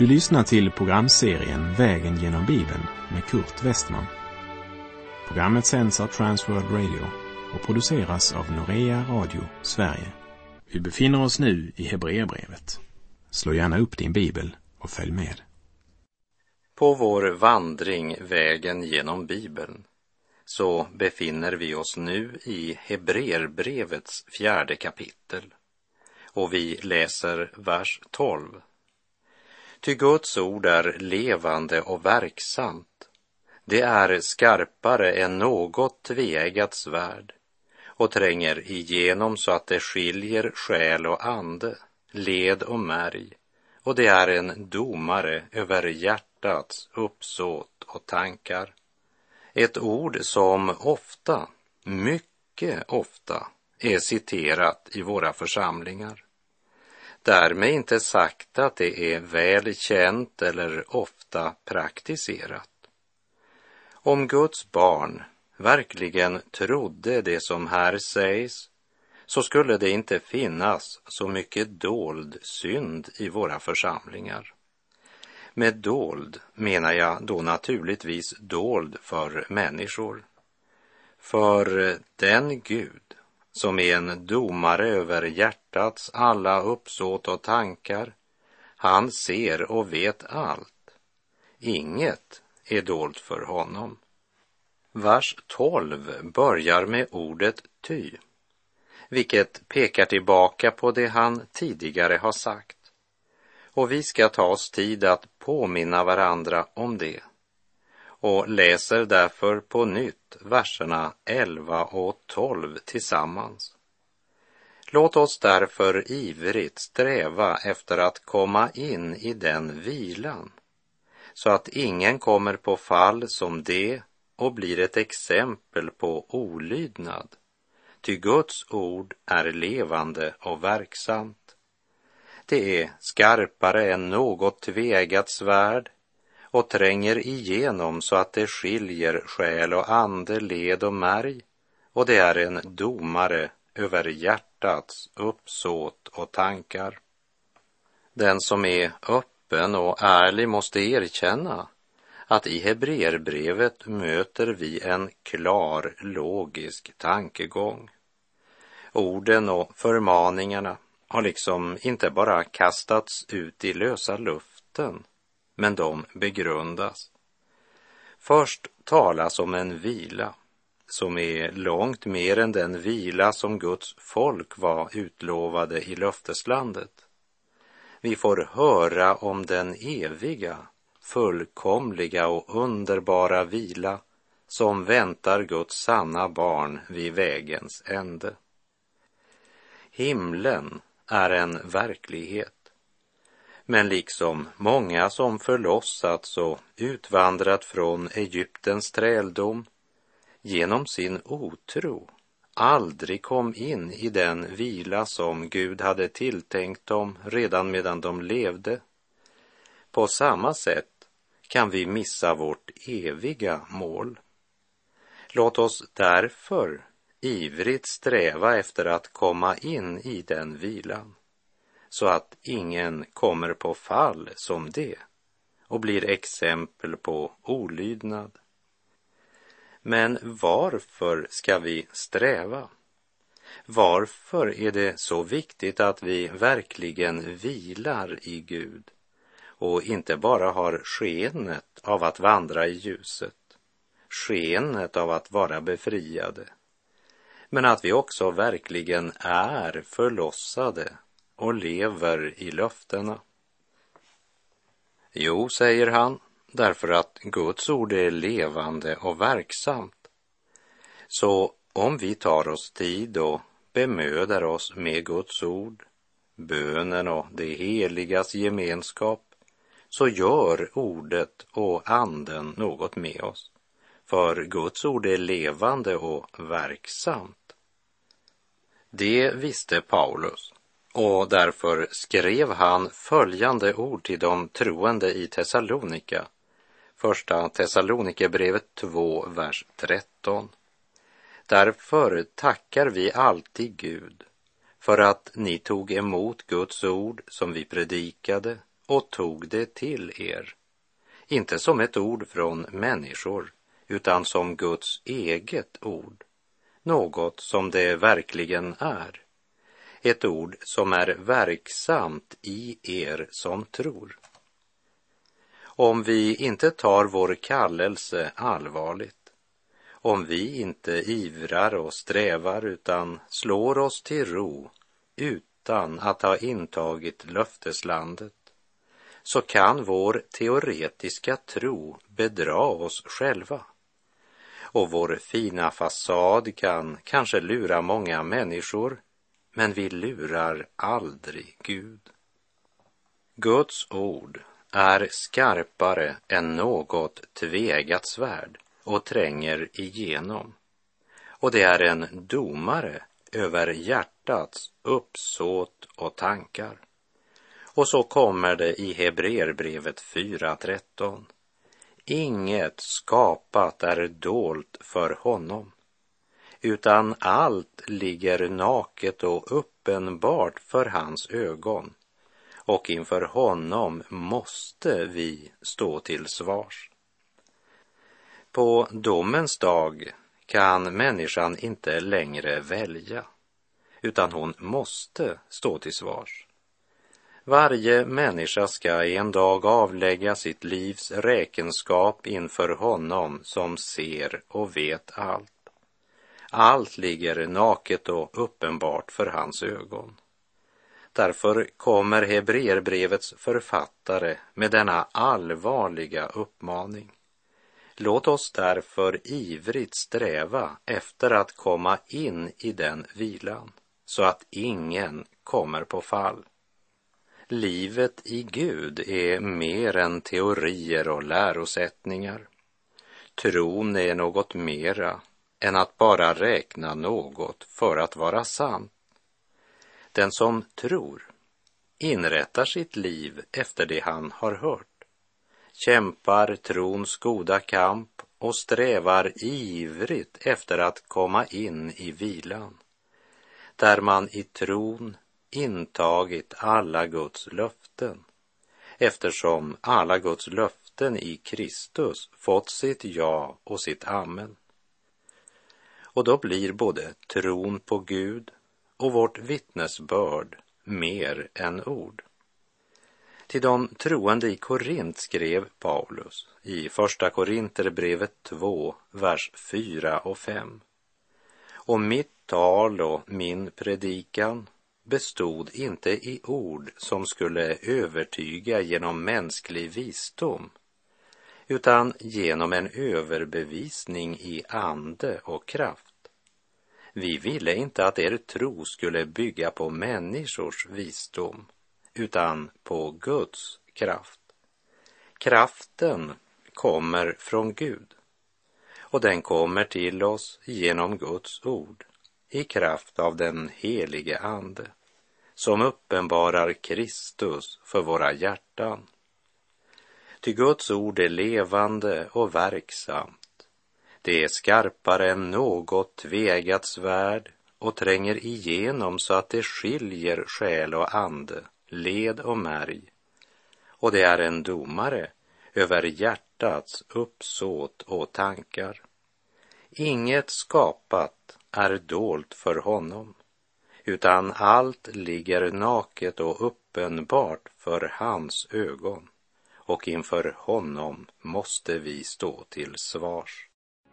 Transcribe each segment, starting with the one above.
Du lyssnar till programserien Vägen genom Bibeln med Kurt Westman. Programmet sänds av Transworld Radio och produceras av Norea Radio Sverige. Vi befinner oss nu i Hebreerbrevet. Slå gärna upp din bibel och följ med. På vår vandring Vägen genom Bibeln så befinner vi oss nu i Hebreerbrevets 4:e kapitel. Och vi läser vers 12. Ty Guds ord är levande och verksamt. Det är skarpare än något tveeggat svärd och tränger igenom så att det skiljer själ och ande, led och märg. Och det är en domare över hjärtats uppsåt och tankar. Ett ord som ofta, mycket ofta, är citerat i våra församlingar. Därmed inte sagt att det är väl känt eller ofta praktiserat. Om Guds barn verkligen trodde det som här sägs, så skulle det inte finnas så mycket dold synd i våra församlingar. Med dold menar jag då naturligtvis dold för människor. För den Gud som är en domare över hjärtats alla uppsåt och tankar, han ser och vet allt. Inget är dolt för honom. Vers 12 börjar med ordet ty, vilket pekar tillbaka på det han tidigare har sagt. Och vi ska ta oss tid att påminna varandra om det. Och läser därför på nytt verserna 11 och 12 tillsammans. Låt oss därför ivrigt sträva efter att komma in i den vilan, så att ingen kommer på fall som det och blir ett exempel på olydnad. Ty Guds ord är levande och verksamt. Det är skarpare än något tveeggat svärd och tränger igenom så att det skiljer själ och ande, led och märg, och det är en domare över hjärtats uppsåt och tankar. Den som är öppen och ärlig måste erkänna att i Hebreerbrevet möter vi en klar, logisk tankegång. Orden och förmaningarna har liksom inte bara kastats ut i lösa luften, men de begrundas. Först talas om en vila som är långt mer än den vila som Guds folk var utlovade i löfteslandet. Vi får höra om den eviga, fullkomliga och underbara vila som väntar Guds sanna barn vid vägens ände. Himlen är en verklighet. Men liksom många som förlossats och utvandrat från Egyptens träldom genom sin otro aldrig kom in i den vila som Gud hade tilltänkt dem redan medan de levde, på samma sätt kan vi missa vårt eviga mål. Låt oss därför ivrigt sträva efter att komma in i den vilan, så att ingen kommer på fall som det och blir exempel på olydnad. Men varför ska vi sträva? Varför är det så viktigt att vi verkligen vilar i Gud och inte bara har skenet av att vandra i ljuset, skenet av att vara befriade, men att vi också verkligen är förlossade och lever i löftena? Jo, säger han, därför att Guds ord är levande och verksamt. Så om vi tar oss tid och bemödar oss med Guds ord, bönen och det heligas gemenskap, så gör ordet och anden något med oss. För Guds ord är levande och verksamt. Det visste Paulus. Och därför skrev han följande ord till de troende i Thessalonika. Första Thessalonikerbrevet 2, vers 13. Därför tackar vi alltid Gud för att ni tog emot Guds ord som vi predikade och tog det till er. Inte som ett ord från människor, utan som Guds eget ord. Något som det verkligen är. Ett ord som är verksamt i er som tror. Om vi inte tar vår kallelse allvarligt, om vi inte ivrar och strävar utan slår oss till ro utan att ha intagit löfteslandet, så kan vår teoretiska tro bedra oss själva. Och vår fina fasad kan kanske lura många människor, men vi lurar aldrig Gud. Guds ord är skarpare än något tveeggat svärd och tränger igenom. Och det är en domare över hjärtats uppsåt och tankar. Och så kommer det i Hebreerbrevet 4:13. Inget skapat är dolt för honom, utan allt ligger naket och uppenbart för hans ögon, och inför honom måste vi stå till svars. På domens dag kan människan inte längre välja, utan hon måste stå till svars. Varje människa ska en dag avlägga sitt livs räkenskap inför honom som ser och vet allt. Allt ligger naket och uppenbart för hans ögon. Därför kommer Hebreerbrevets författare med denna allvarliga uppmaning. Låt oss därför ivrigt sträva efter att komma in i den vilan, så att ingen kommer på fall. Livet i Gud är mer än teorier och lärosättningar. Tron är något mera än att bara räkna något för att vara sant. Den som tror inrättar sitt liv efter det han har hört, kämpar trons goda kamp och strävar ivrigt efter att komma in i vilan, där man i tron intagit alla Guds löften, eftersom alla Guds löften i Kristus fått sitt ja och sitt amen. Och då blir både tron på Gud och vårt vittnesbörd mer än ord. Till de troende i Korint skrev Paulus i första Korinterbrevet 2, vers 4 och 5. Och mitt tal och min predikan bestod inte i ord som skulle övertyga genom mänsklig visdom, utan genom en överbevisning i ande och kraft. Vi ville inte att er tro skulle bygga på människors visdom, utan på Guds kraft. Kraften kommer från Gud, och den kommer till oss genom Guds ord, i kraft av den helige ande, som uppenbarar Kristus för våra hjärtan. Ty Guds ord är levande och verksamt. Det är skarpare än något tveeggat svärd och tränger igenom så att det skiljer själ och ande, led och märg. Och det är en domare över hjärtats uppsåt och tankar. Inget skapat är dolt för honom, utan allt ligger naket och uppenbart för hans ögon, och inför honom måste vi stå till svars.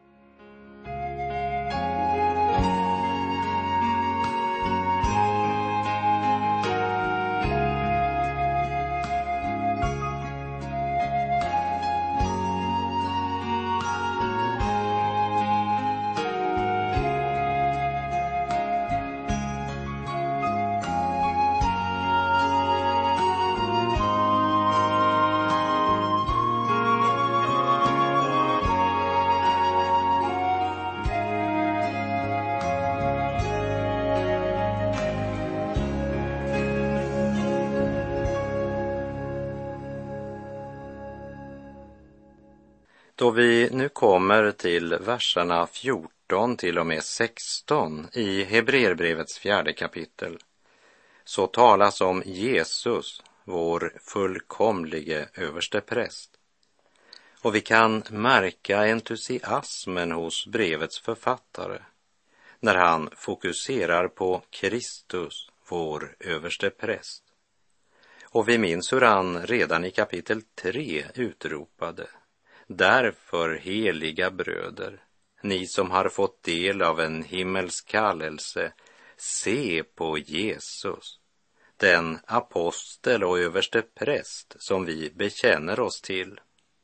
Då vi nu kommer till verserna 14 till och med 16 i Hebreerbrevets 4:e kapitel, så talas om Jesus vår fullkomlige överstepräst. Och vi kan märka entusiasmen hos brevets författare när han fokuserar på Kristus, vår överstepräst. Och vi minns hur han redan i kapitel 3 utropade: därför, heliga bröder, ni som har fått del av en himmelsk kallelse, se på Jesus, den apostel och överstepräst som vi bekänner oss till.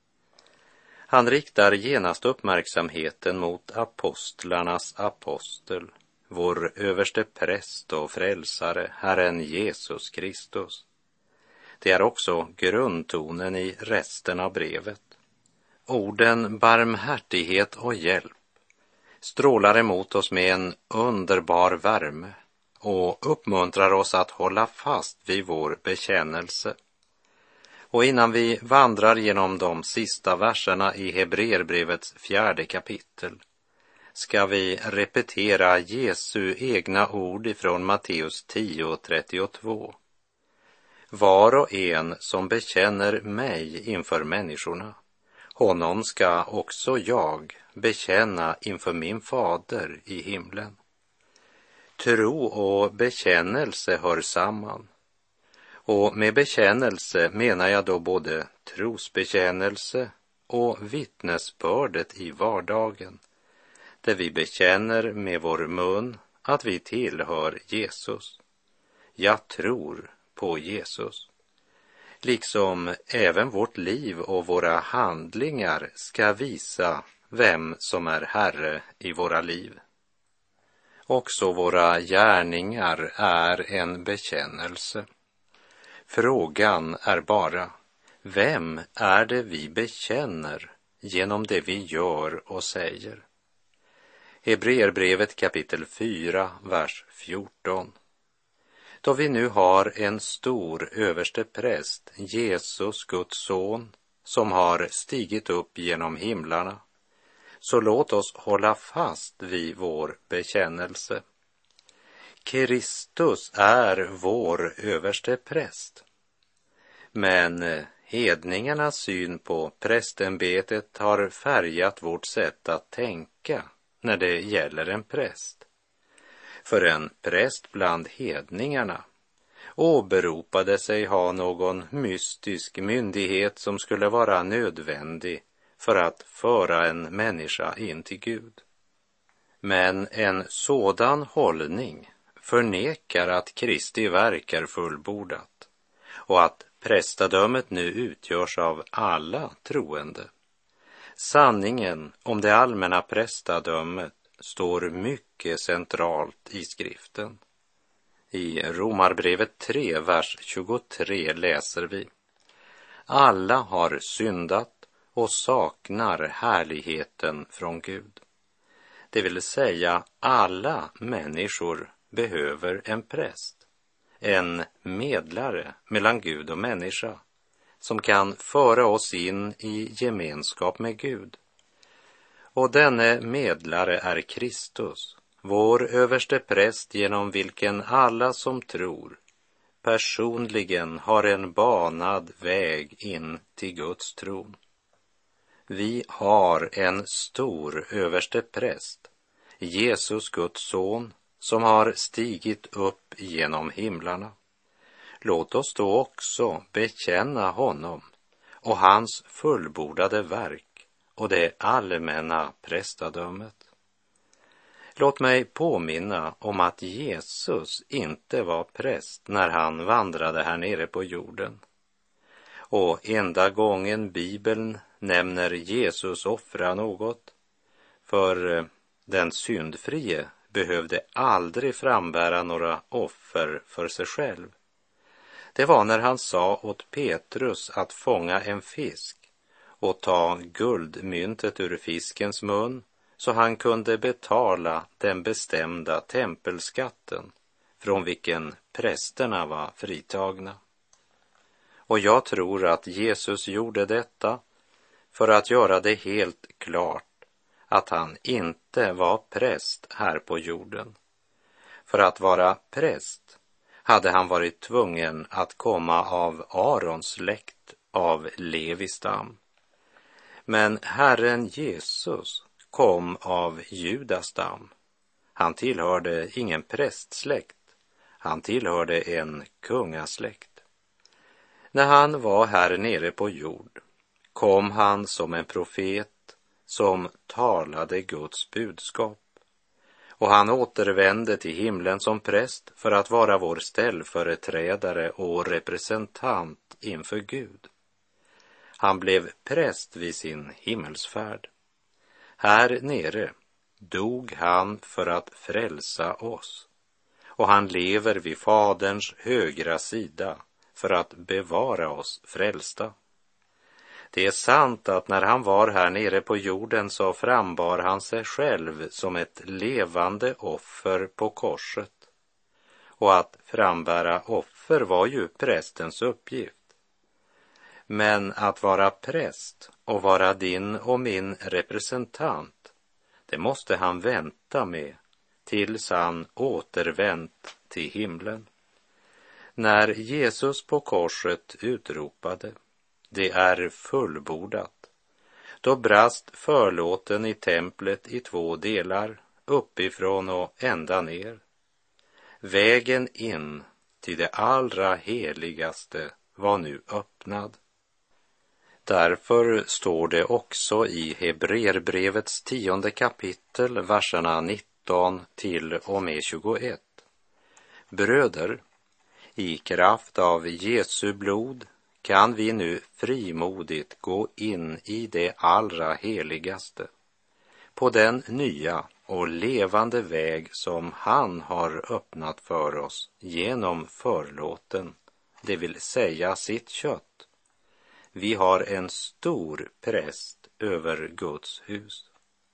Han riktar genast uppmärksamheten mot apostlarnas apostel, vår överstepräst och frälsare, Herren Jesus Kristus. Det är också grundtonen i resten av brevet. Orden barmhärtighet och hjälp strålar emot oss med en underbar värme och uppmuntrar oss att hålla fast vid vår bekännelse. Och innan vi vandrar genom de sista verserna i Hebreerbrevets 4:e kapitel ska vi repetera Jesu egna ord ifrån Matteus 10:32. Var och en som bekänner mig inför människorna, honom ska också jag bekänna inför min fader i himlen. Tro och bekännelse hör samman. Och med bekännelse menar jag då både trosbekännelse och vittnesbördet i vardagen, där vi bekänner med vår mun att vi tillhör Jesus. Jag tror på Jesus. Liksom även vårt liv och våra handlingar ska visa vem som är Herre i våra liv. Också våra gärningar är en bekännelse. Frågan är bara, vem är det vi bekänner genom det vi gör och säger? Hebreerbrevet kapitel 4, vers 14. Då vi nu har en stor överstepräst, Jesus, Guds son, som har stigit upp genom himlarna, så låt oss hålla fast vid vår bekännelse. Kristus är vår överstepräst. Men hedningarnas syn på prästämbetet har färgat vårt sätt att tänka när det gäller en präst. För en präst bland hedningarna åberopade sig ha någon mystisk myndighet som skulle vara nödvändig för att föra en människa in till Gud. Men en sådan hållning förnekar att Kristi verk är fullbordat och att prästadömet nu utgörs av alla troende. Sanningen om det allmänna prästadömet står mycket centralt i skriften. I Romarbrevet 3, vers 23 läser vi: alla har syndat och saknar härligheten från Gud. Det vill säga, alla människor behöver en präst, en medlare mellan Gud och människa, som kan föra oss in i gemenskap med Gud. Och denne medlare är Kristus, vår överstepräst, genom vilken alla som tror personligen har en banad väg in till Guds tron. Vi har en stor överstepräst, Jesus, Guds son, som har stigit upp genom himlarna. Låt oss då också bekänna honom och hans fullbordade verk och det allmänna prästadömet. Låt mig påminna om att Jesus inte var präst när han vandrade här nere på jorden. Och enda gången Bibeln nämner Jesus offra något, för den syndfrie behövde aldrig frambära några offer för sig själv. Det var när han sa åt Petrus att fånga en fisk och ta guldmyntet ur fiskens mun så han kunde betala den bestämda tempelskatten från vilken prästerna var fritagna. Och jag tror att Jesus gjorde detta för att göra det helt klart att han inte var präst här på jorden. För att vara präst hade han varit tvungen att komma av Arons släkt, av Levis stam. Men Herren Jesus kom av Judas stam. Han tillhörde ingen prästsläkt, han tillhörde en kungasläkt. När han var här nere på jord kom han som en profet som talade Guds budskap. Och han återvände till himlen som präst för att vara vår ställföreträdare och representant inför Gud. Han blev präst vid sin himmelsfärd. Här nere dog han för att frälsa oss. Och han lever vid Faderns högra sida för att bevara oss frälsta. Det är sant att när han var här nere på jorden så frambar han sig själv som ett levande offer på korset. Och att frambära offer var ju prästens uppgift. Men att vara präst och vara din och min representant, det måste han vänta med tills han återvänt till himlen. När Jesus på korset utropade: det är fullbordat, då brast förlåten i templet i 2 delar, uppifrån och ända ner. Vägen in till det allra heligaste var nu öppnad. Därför står det också i Hebreerbrevets 10:e kapitel, verserna 19 till och med 21. Bröder, i kraft av Jesu blod kan vi nu frimodigt gå in i det allra heligaste, på den nya och levande väg som han har öppnat för oss genom förlåten, det vill säga sitt kött. Vi har en stor präst över Guds hus.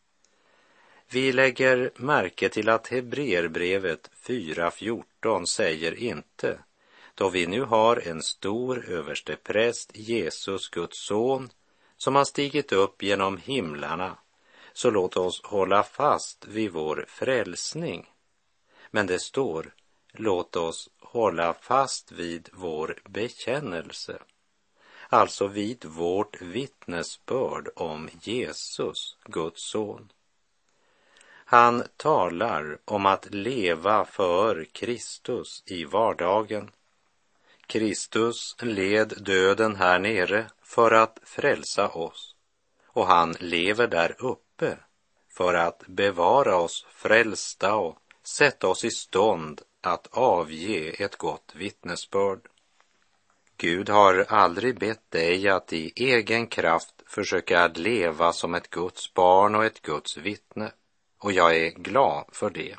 Vi lägger märke till att Hebreerbrevet 4:14 säger inte: då vi nu har en stor överstepräst, Jesus, Guds son, som har stigit upp genom himlarna, så låt oss hålla fast vid vår frälsning. Men det står: låt oss hålla fast vid vår bekännelse. Alltså vid vårt vittnesbörd om Jesus, Guds son. Han talar om att leva för Kristus i vardagen. Kristus led döden här nere för att frälsa oss, och han lever där uppe för att bevara oss frälsta och sätta oss i stånd att avge ett gott vittnesbörd. Gud har aldrig bett dig att i egen kraft försöka leva som ett Guds barn och ett Guds vittne, och jag är glad för det.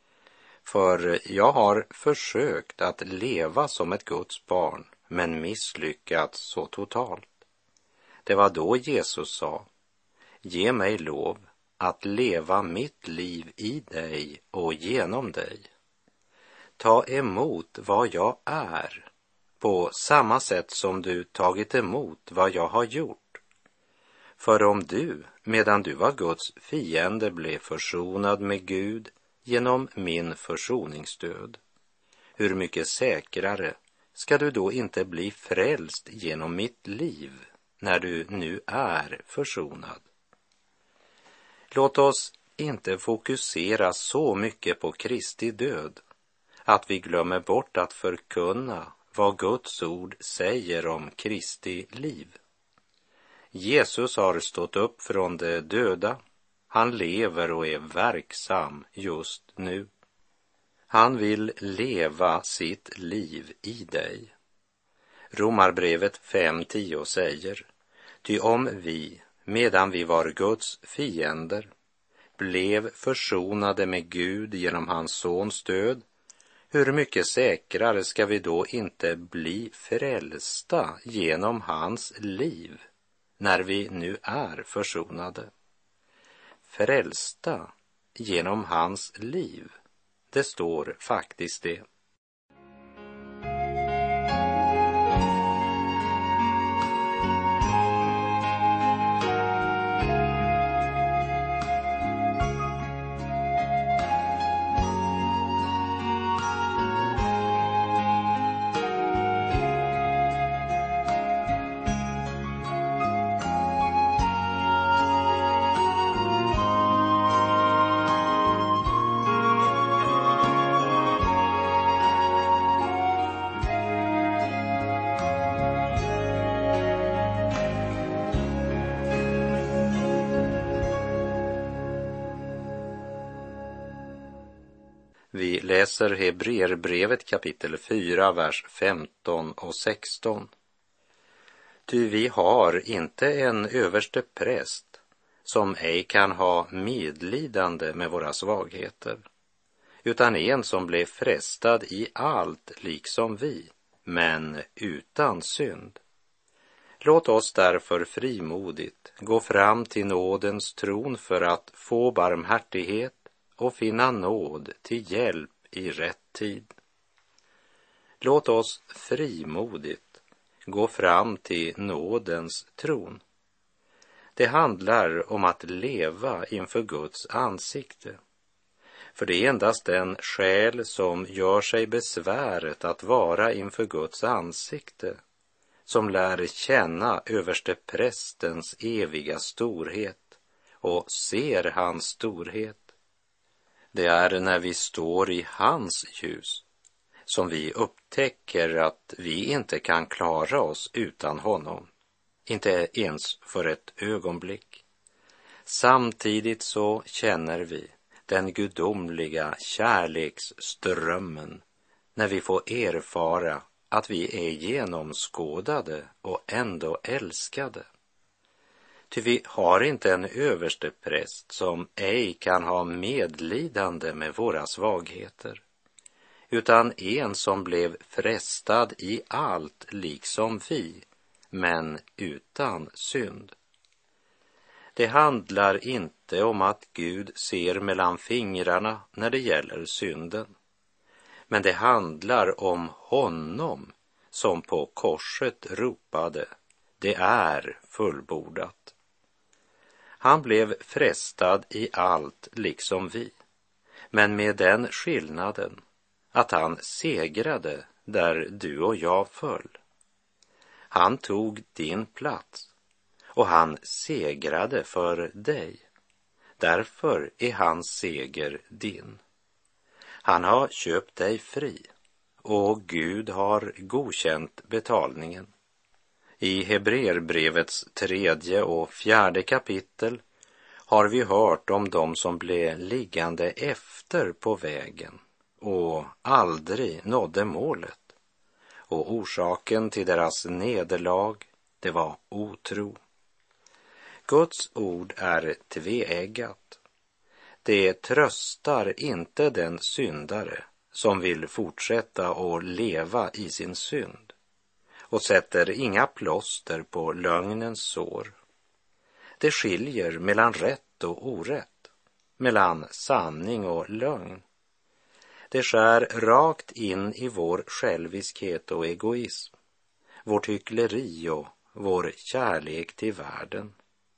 För jag har försökt att leva som ett Guds barn, men misslyckats så totalt. Det var då Jesus sa: ge mig lov att leva mitt liv i dig och genom dig. Ta emot vad jag är, på samma sätt som du tagit emot vad jag har gjort. För om du, medan du var Guds fiende, blev försonad med Gud genom min försoningsdöd, hur mycket säkrare ska du då inte bli frälst genom mitt liv när du nu är försonad? Låt oss inte fokusera så mycket på Kristi död att vi glömmer bort att förkunna vad Guds ord säger om Kristi liv. Jesus har stått upp från de döda. Han lever och är verksam just nu. Han vill leva sitt liv i dig. Romarbrevet 5:10 säger: ty om vi, medan vi var Guds fiender, blev försonade med Gud genom hans sons död, hur mycket säkrare ska vi då inte bli frälsta genom hans liv när vi nu är försonade? Frälsta genom hans liv, det står faktiskt det. Vi läser Hebreerbrevet kapitel 4, vers 15 och 16. Ty vi har inte en överste präst som ej kan ha medlidande med våra svagheter, utan en som blev frestad i allt liksom vi, men utan synd. Låt oss därför frimodigt gå fram till nådens tron för att få barmhärtighet och finna nåd till hjälp i rätt tid. Låt oss frimodigt gå fram till nådens tron. Det handlar om att leva inför Guds ansikte. För det är endast den själ som gör sig besväret att vara inför Guds ansikte som lär känna översteprästens eviga storhet och ser hans storhet. Det är när vi står i hans ljus som vi upptäcker att vi inte kan klara oss utan honom, inte ens för ett ögonblick. Samtidigt så känner vi den gudomliga kärleksströmmen när vi får erfara att vi är genomskådade och ändå älskade. Ty vi har inte en överstepräst som ej kan ha medlidande med våra svagheter, utan en som blev frestad i allt liksom vi, men utan synd. Det handlar inte om att Gud ser mellan fingrarna när det gäller synden, men det handlar om honom som på korset ropade: det är fullbordat. Han blev frestad i allt liksom vi, men med den skillnaden att han segrade där du och jag föll. Han tog din plats och han segrade för dig. Därför är hans seger din. Han har köpt dig fri och Gud har godkänt betalningen. I Hebreerbrevets 3:e och 4:e kapitel har vi hört om dem som blev liggande efter på vägen och aldrig nådde målet. Och orsaken till deras nederlag, det var otro. Guds ord är tveeggat. Det tröstar inte den syndare som vill fortsätta att leva i sin synd och sätter inga plåster på lögnens sår. Det skiljer mellan rätt och orätt, mellan sanning och lögn. Det skär rakt in i vår själviskhet och egoism, vårt hyckleri och vår kärlek till världen.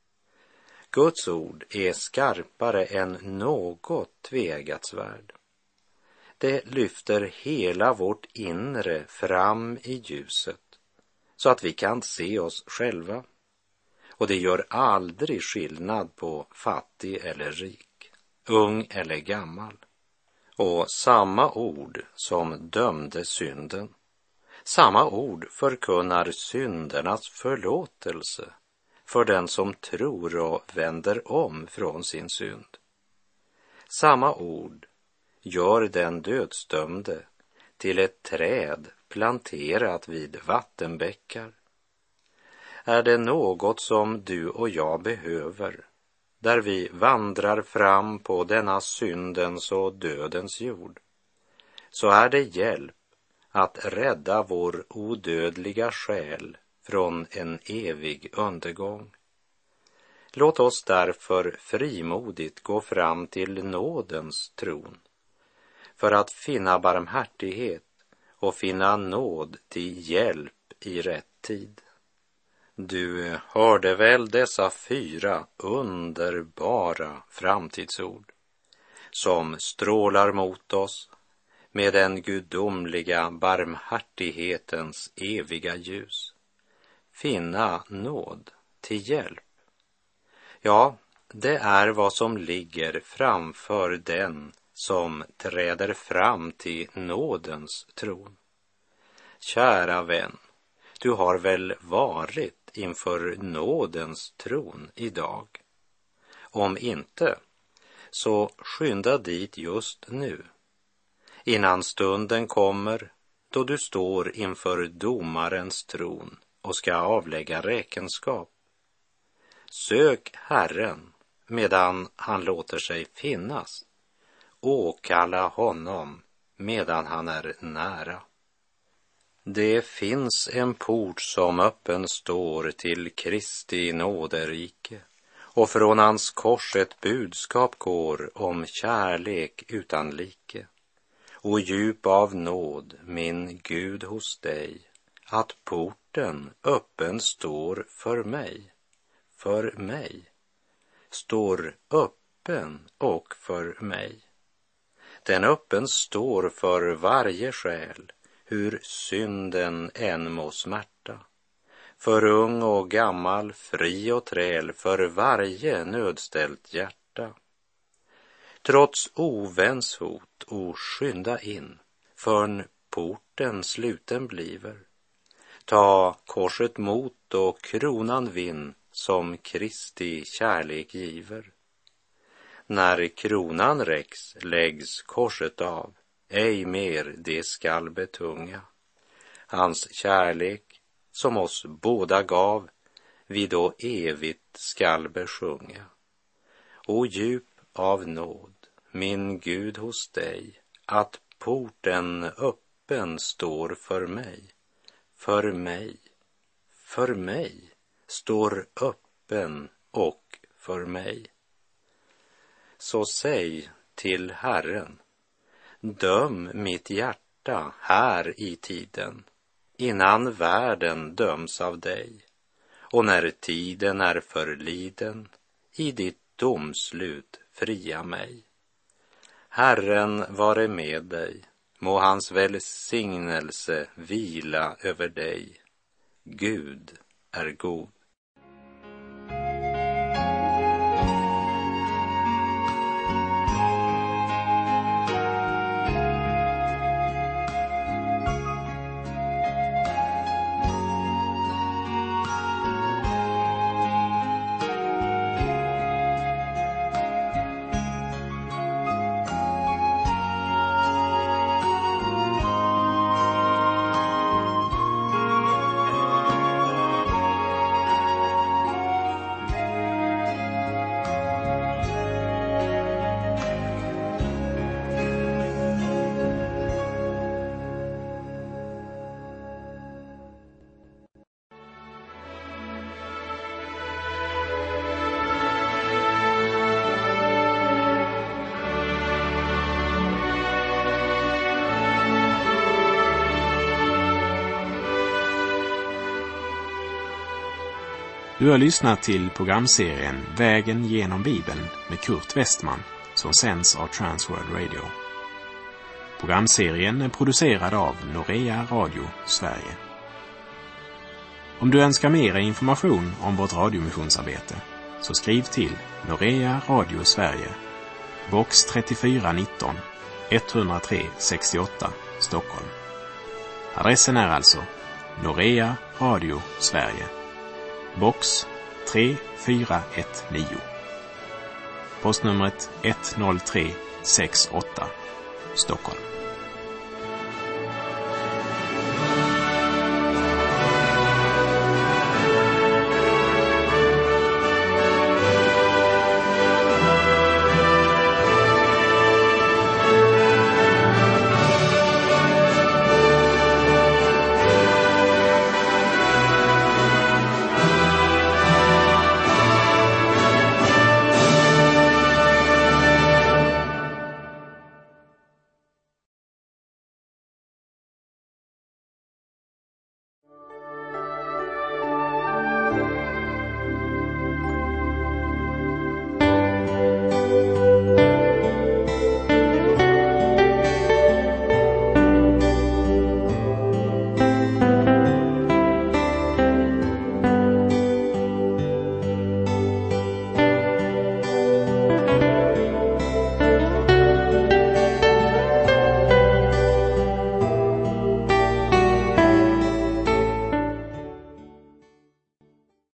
Guds ord är skarpare än något tveeggat svärd. Det lyfter hela vårt inre fram i ljuset så att vi kan se oss själva. Och det gör aldrig skillnad på fattig eller rik, ung eller gammal. Och samma ord som dömde synden, samma ord förkunnar syndernas förlåtelse för den som tror och vänder om från sin synd. Samma ord gör den dödsdömde till ett träd planterat vid vattenbäckar. Är det något som du och jag behöver, där vi vandrar fram på denna syndens och dödens jord, så är det hjälp att rädda vår odödliga själ från en evig undergång. Låt oss därför frimodigt gå fram till nådens tron för att finna barmhärtighet och finna nåd till hjälp i rätt tid. Du hörde väl dessa 4 underbara framtidsord som strålar mot oss med den gudomliga barmhärtighetens eviga ljus. Finna nåd till hjälp. Ja, det är vad som ligger framför den som träder fram till nådens tron. Kära vän, du har väl varit inför nådens tron idag? Om inte, så skynda dit just nu. innan stunden kommer då du står inför domarens tron och ska avlägga räkenskap. Sök Herren medan han låter sig finnas. Åkalla honom medan han är nära. Det finns en port som öppen står till Kristi nåderike, och från hans kors ett budskap går om kärlek utan like. Och djup av nåd, min Gud, hos dig, att porten öppen står för mig, står öppen och för mig. Den öppen står för varje själ, hur synden än må smärta. För ung och gammal, fri och träl, för varje nödställt hjärta. Trots oväns hot, och skynda in, förrän porten sluten bliver. Ta korset mot och kronan vinn, som Kristi kärlek giver. När kronan räcks, läggs korset av, ej mer det skall betunga. Hans kärlek, som oss båda gav, vi då evigt skall besjunga. O djup av nåd, min Gud, hos dig, att porten öppen står för mig, står öppen och för mig. Så säg till Herren, döm mitt hjärta här i tiden, innan världen döms av dig, och när tiden är förliden, i ditt domslut fria mig. Herren vare med dig, må hans välsignelse vila över dig. Gud är god. Du har lyssnat till programserien Vägen genom Bibeln med Kurt Westman, som sänds av Transworld Radio. Programserien är producerad av Norea Radio Sverige. Om du önskar mer information om vårt radiomissionsarbete, så skriv till Norea Radio Sverige, box 3419 103 68 Stockholm. Adressen är alltså Norea Radio Sverige, box 3419. Postnumret 10368 Stockholm.